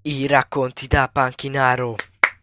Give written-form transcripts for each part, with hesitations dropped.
I racconti da Panchinaro.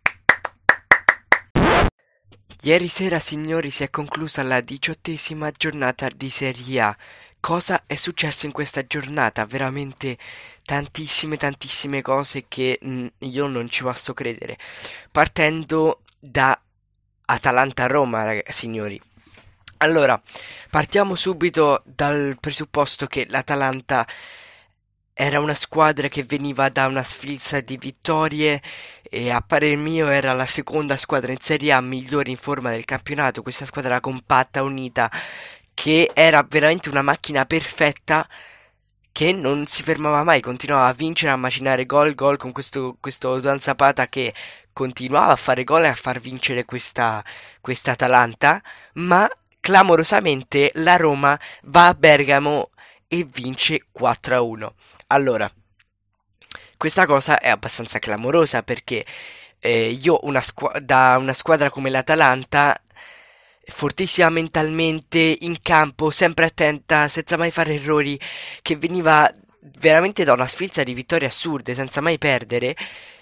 Ieri sera, signori, si è conclusa la 18ª giornata di Serie A. Cosa è successo in questa giornata? Veramente tantissime cose che io non ci posso credere. Partendo da Atalanta-Roma, signori. Allora, partiamo subito dal presupposto che l'Atalanta era una squadra che veniva da una sfilza di vittorie e a parer mio era la seconda squadra in Serie A migliore in forma del campionato, questa squadra compatta, unita, che era veramente una macchina perfetta che non si fermava mai, continuava a vincere, a macinare gol con questo Duan Zapata che continuava a fare gol e a far vincere questa Atalanta, ma clamorosamente la Roma va a Bergamo e vince 4-1. Allora, questa cosa è abbastanza clamorosa perché io da una squadra come l'Atalanta, fortissima mentalmente, in campo, sempre attenta, senza mai fare errori, che veniva veramente da una sfilza di vittorie assurde, senza mai perdere,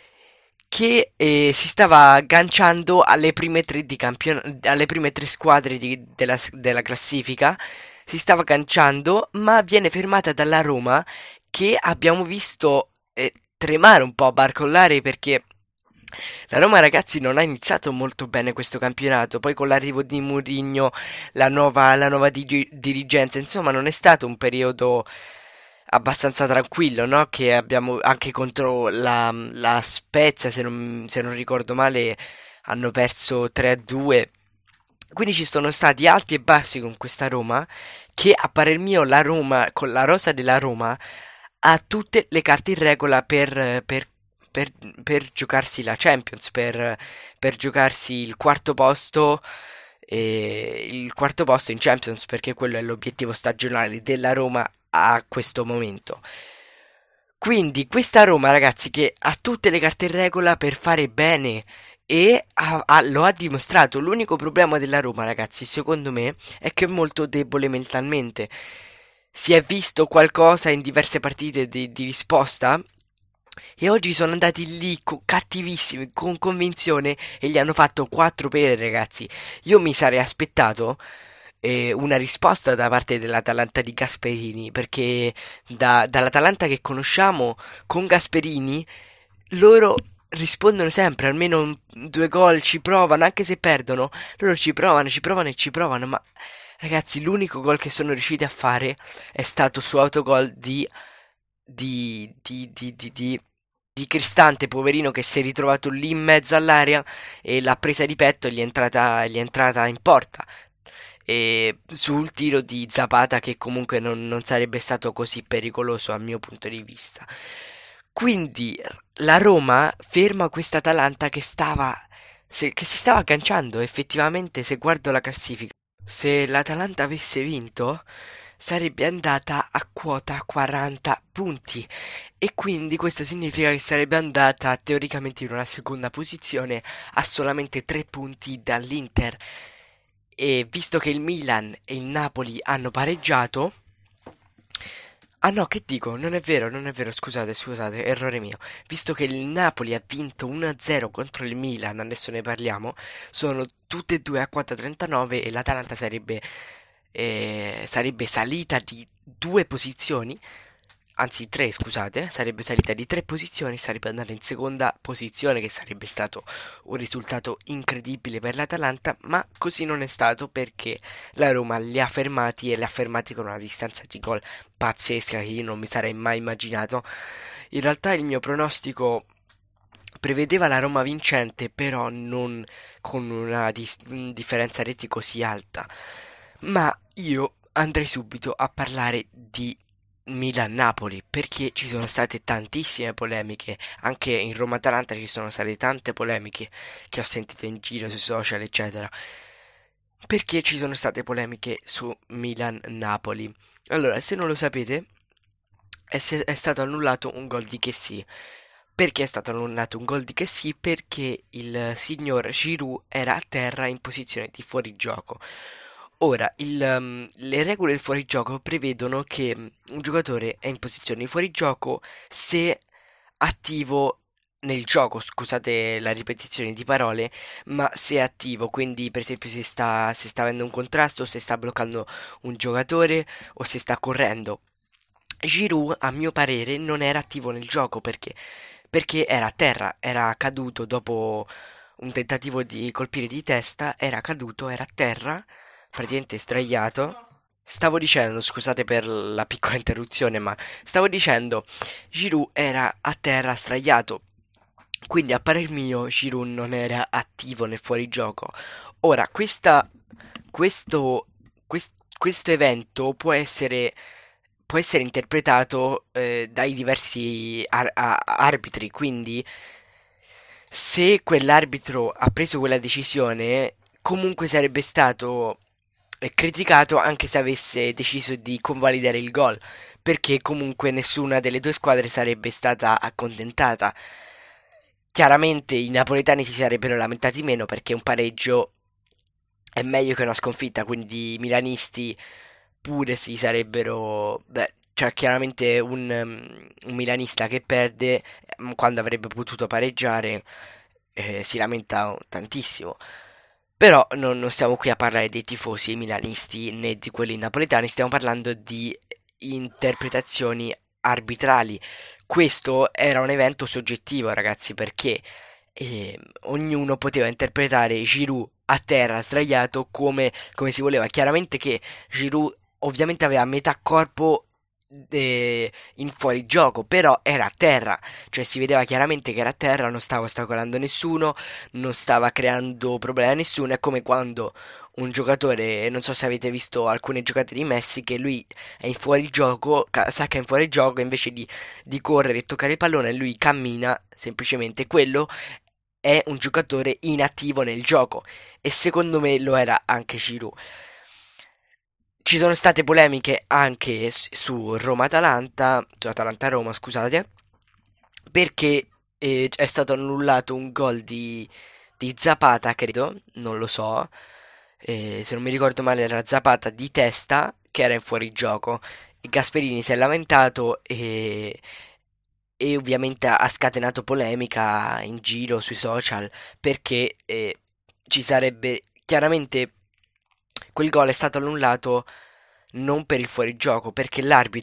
che si stava agganciando alle prime tre, alle prime tre squadre della classifica, si stava agganciando, ma viene fermata dalla Roma, che abbiamo visto tremare un po', barcollare, perché la Roma, ragazzi, non ha iniziato molto bene questo campionato. Poi con l'arrivo di Mourinho, la nuova dirigenza, insomma, non è stato un periodo abbastanza tranquillo, no? Che abbiamo anche contro la Spezia, se non ricordo male, hanno perso 3-2. Quindi ci sono stati alti e bassi con questa Roma, che a parer mio la Roma, con la rosa della Roma, ha tutte le carte in regola per, per giocarsi la Champions, per giocarsi il quarto posto in Champions, perché quello è l'obiettivo stagionale della Roma a questo momento. Quindi questa Roma, ragazzi, che ha tutte le carte in regola per fare bene e lo ha dimostrato. L'unico problema della Roma, ragazzi, secondo me, è che è molto debole mentalmente. Si è visto qualcosa in diverse partite di risposta e oggi sono andati lì cattivissimi, con convinzione e gli hanno fatto 4 pere, ragazzi. Io mi sarei aspettato una risposta da parte dell'Atalanta di Gasperini, perché dall'Atalanta che conosciamo con Gasperini loro rispondono sempre, almeno due gol ci provano, anche se perdono, loro ci provano, ma ragazzi, l'unico gol che sono riusciti a fare è stato su autogol di, di, di, di, di, di Cristante, poverino, che si è ritrovato lì in mezzo all'area e l'ha presa di petto e gli è entrata in porta. E sul tiro di Zapata, che comunque non sarebbe stato così pericoloso a mio punto di vista. Quindi la Roma ferma questa Atalanta che si stava agganciando effettivamente. Se guardo la classifica, se l'Atalanta avesse vinto sarebbe andata a quota 40 punti e quindi questo significa che sarebbe andata teoricamente in una seconda posizione a solamente 3 punti dall'Inter. E visto che il Milan e il Napoli hanno pareggiato. Ah no, che dico? Non è vero, scusate, errore mio. Visto che il Napoli ha vinto 1-0 contro il Milan, adesso ne parliamo, sono tutte e due a 4,39 e l'Atalanta sarebbe salita di 2 posizioni, anzi 3, scusate, sarebbe salita di 3 posizioni, sarebbe andata in seconda posizione, che sarebbe stato un risultato incredibile per l'Atalanta, ma così non è stato perché la Roma li ha fermati e li ha fermati con una distanza di gol pazzesca che io non mi sarei mai immaginato. In realtà il mio pronostico prevedeva la Roma vincente, però non con una differenza reti così alta. Ma io andrei subito a parlare di Milan-Napoli, perché ci sono state tantissime polemiche, anche in Roma-Atalanta ci sono state tante polemiche che ho sentito in giro sui social, eccetera. Perché ci sono state polemiche su Milan-Napoli? Allora, se non lo sapete, è stato annullato un gol di Chessy. Perché è stato annullato un gol di Chessy? Perché il signor Giroud era a terra in posizione di fuorigioco. Ora, le regole del fuorigioco prevedono che un giocatore è in posizione di fuorigioco se attivo nel gioco, scusate la ripetizione di parole, ma se è attivo, quindi per esempio se sta avendo un contrasto, se sta bloccando un giocatore o se sta correndo. Giroud, a mio parere, non era attivo nel gioco perché era a terra, era caduto dopo un tentativo di colpire di testa, era caduto, era a terra, praticamente sdraiato. Stavo dicendo, scusate per la piccola interruzione, ma stavo dicendo, Giroud era a terra sdraiato, quindi a parer mio Giroud non era attivo nel fuorigioco. Ora, questo evento può essere interpretato dai diversi arbitri, quindi se quell'arbitro ha preso quella decisione, comunque sarebbe stato criticato anche se avesse deciso di convalidare il gol, perché comunque nessuna delle due squadre sarebbe stata accontentata. Chiaramente i napoletani si sarebbero lamentati meno perché un pareggio è meglio che una sconfitta, quindi i milanisti pure si sarebbero... Beh, cioè chiaramente un milanista che perde quando avrebbe potuto pareggiare si lamenta tantissimo. Però non stiamo qui a parlare dei tifosi milanisti né di quelli napoletani, stiamo parlando di interpretazioni arbitrali. Questo era un evento soggettivo, ragazzi, perché ognuno poteva interpretare Giroud a terra sdraiato come si voleva. Chiaramente che Giroud ovviamente aveva metà corpo in fuorigioco, però era a terra, cioè si vedeva chiaramente che era a terra, non stava ostacolando nessuno, non stava creando problemi a nessuno. È come quando un giocatore, non so se avete visto alcune giocate di Messi, che lui è in fuorigioco, sa che è in fuorigioco, invece di correre e toccare il pallone, lui cammina semplicemente. Quello è un giocatore inattivo nel gioco e secondo me lo era anche Giroud. Ci sono state polemiche anche su Roma-Atalanta, su Atalanta-Roma, scusate, perché è stato annullato un gol di Zapata, credo, non lo so, se non mi ricordo male era Zapata di testa che era in fuorigioco. E Gasperini si è lamentato e ovviamente ha scatenato polemica in giro sui social perché ci sarebbe chiaramente quel gol è stato annullato non per il fuorigioco, perché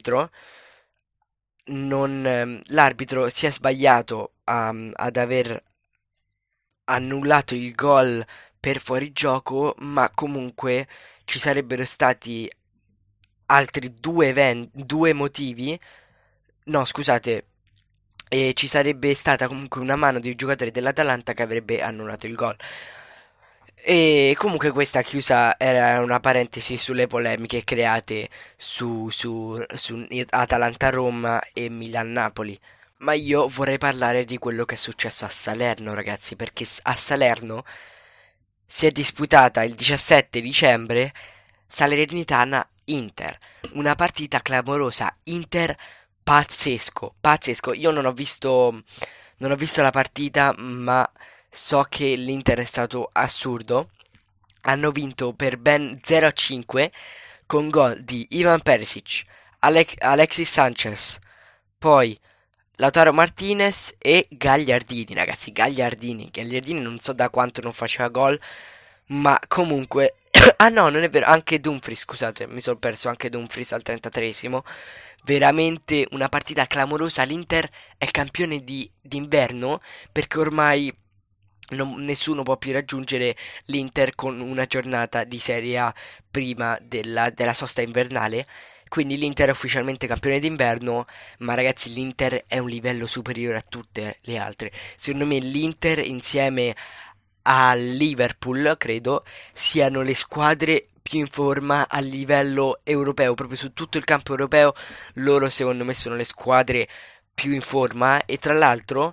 l'arbitro si è sbagliato ad aver annullato il gol per fuorigioco, ma comunque ci sarebbero stati altri due motivi. No, scusate, ci sarebbe stata comunque una mano di un giocatore dell'Atalanta che avrebbe annullato il gol. E comunque questa chiusa era una parentesi sulle polemiche create su Atalanta-Roma e Milan-Napoli. Ma io vorrei parlare di quello che è successo a Salerno, ragazzi, perché a Salerno si è disputata il 17 dicembre Salernitana-Inter, una partita clamorosa, Inter pazzesco, pazzesco. Io non ho visto la partita, ma so che l'Inter è stato assurdo. Hanno vinto per ben 0-5 con gol di Ivan Perisic, Alexis Sanchez, poi Lautaro Martinez e Gagliardini, ragazzi, Gagliardini non so da quanto non faceva gol, ma comunque... Ah no, non è vero, anche Dumfries, scusate, mi sono perso anche Dumfries al 33esimo. Veramente una partita clamorosa, l'Inter è campione d'inverno perché ormai nessuno può più raggiungere l'Inter con una giornata di Serie A prima della sosta invernale. Quindi l'Inter è ufficialmente campione d'inverno, ma ragazzi l'Inter è un livello superiore a tutte le altre. Secondo me l'Inter insieme al Liverpool, credo, siano le squadre più in forma a livello europeo, proprio su tutto il campo europeo, loro secondo me sono le squadre più in forma e tra l'altro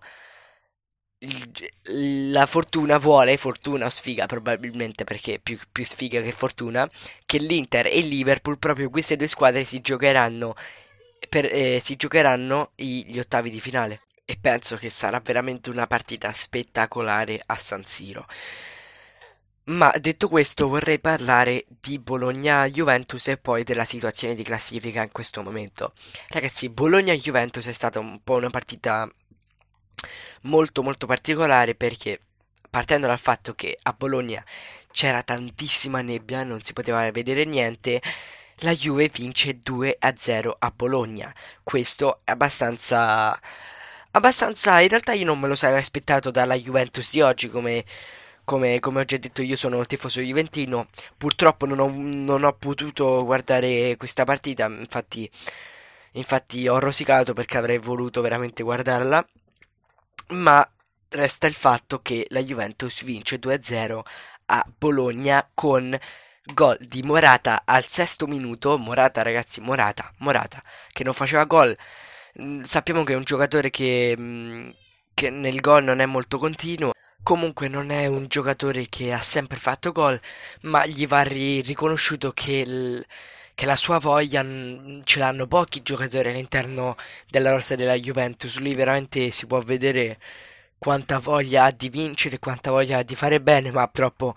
la fortuna vuole, fortuna o sfiga probabilmente perché più sfiga che fortuna, che l'Inter e il Liverpool, proprio queste due squadre si giocheranno gli ottavi di finale. E penso che sarà veramente una partita spettacolare a San Siro. Ma detto questo vorrei parlare di Bologna-Juventus e poi della situazione di classifica in questo momento. Ragazzi, Bologna-Juventus è stata un po' una partita molto molto particolare perché partendo dal fatto che a Bologna c'era tantissima nebbia, non si poteva vedere niente, la Juve vince 2-0 a Bologna. Questo è abbastanza, in realtà io non me lo sarei aspettato dalla Juventus di oggi, come ho già detto io sono tifoso juventino, purtroppo non ho potuto guardare questa partita, infatti ho rosicato perché avrei voluto veramente guardarla, ma resta il fatto che la Juventus vince 2-0 a Bologna con gol di Morata al sesto minuto. Morata, ragazzi, Morata, che non faceva gol. Sappiamo che è un giocatore che nel gol non è molto continuo. Comunque non è un giocatore che ha sempre fatto gol, ma gli va riconosciuto che la sua voglia ce l'hanno pochi giocatori all'interno della rosa della Juventus. Lui veramente si può vedere quanta voglia ha di vincere, quanta voglia ha di fare bene, ma purtroppo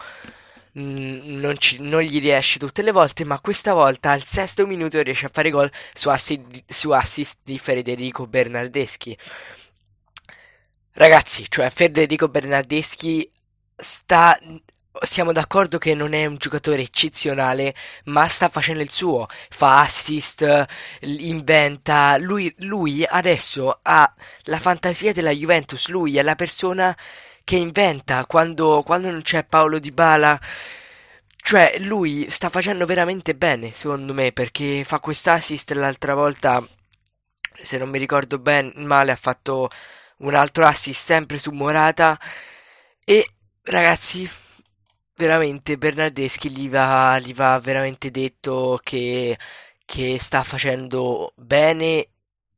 non gli riesce tutte le volte. Ma questa volta al sesto minuto riesce a fare gol su assist di Federico Bernardeschi. Ragazzi, cioè Federico Bernardeschi sta... Siamo d'accordo che non è un giocatore eccezionale, ma sta facendo il suo. Fa assist, inventa. Lui adesso ha la fantasia della Juventus. Lui è la persona che inventa quando non c'è Paolo Dybala. Cioè, lui sta facendo veramente bene, secondo me, perché fa quest'assist l'altra volta, se non mi ricordo ben male, ha fatto un altro assist sempre su Morata e ragazzi, veramente Bernardeschi gli va veramente detto che sta facendo bene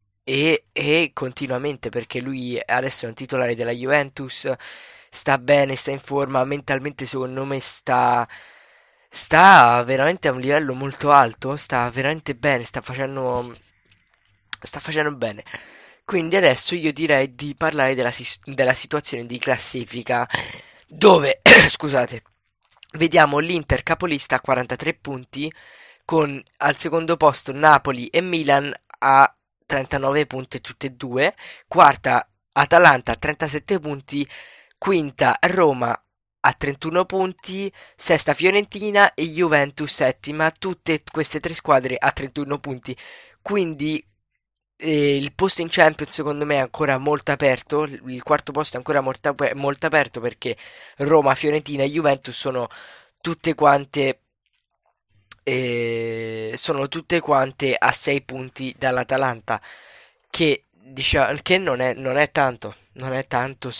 e continuamente perché lui adesso è un titolare della Juventus, sta bene, sta in forma, mentalmente secondo me sta veramente a un livello molto alto, sta veramente bene, sta facendo bene. Quindi adesso io direi di parlare della situazione di classifica dove, scusate, vediamo l'Inter capolista a 43 punti con al secondo posto Napoli e Milan a 39 punti tutte e due, quarta Atalanta a 37 punti, quinta Roma a 31 punti, sesta Fiorentina e Juventus settima, tutte queste tre squadre a 31 punti. Quindi il posto in Champions secondo me è ancora molto aperto, il quarto posto è ancora molto aperto perché Roma, Fiorentina e Juventus sono tutte quante a 6 punti dall'Atalanta, che non è tanto, non è tanto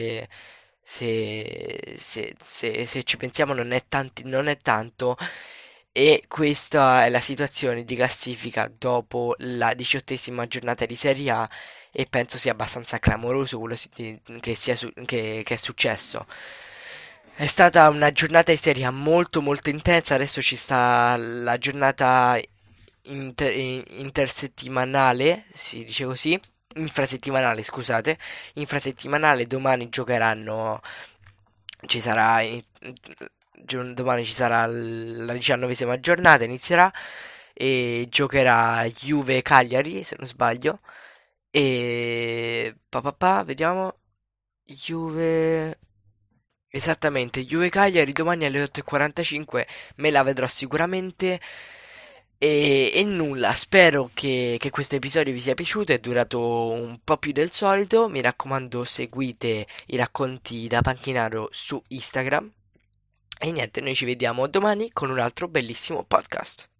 se ci pensiamo non è tanto e questa è la situazione di classifica dopo la 18ª giornata di Serie A e penso sia abbastanza clamoroso che è successo. È stata una giornata di Serie A molto molto intensa, adesso ci sta la giornata intersettimanale, si dice così, infrasettimanale, scusate, infrasettimanale, domani giocheranno, ci sarà, domani ci sarà la 19ª giornata, inizierà e giocherà Juve-Cagliari, se non sbaglio, e vediamo, Juve... Esattamente, Juve Cagliari domani alle 8:45 me la vedrò sicuramente e nulla, spero che questo episodio vi sia piaciuto, è durato un po' più del solito, mi raccomando seguite i racconti da Panchinaro su Instagram e niente, noi ci vediamo domani con un altro bellissimo podcast.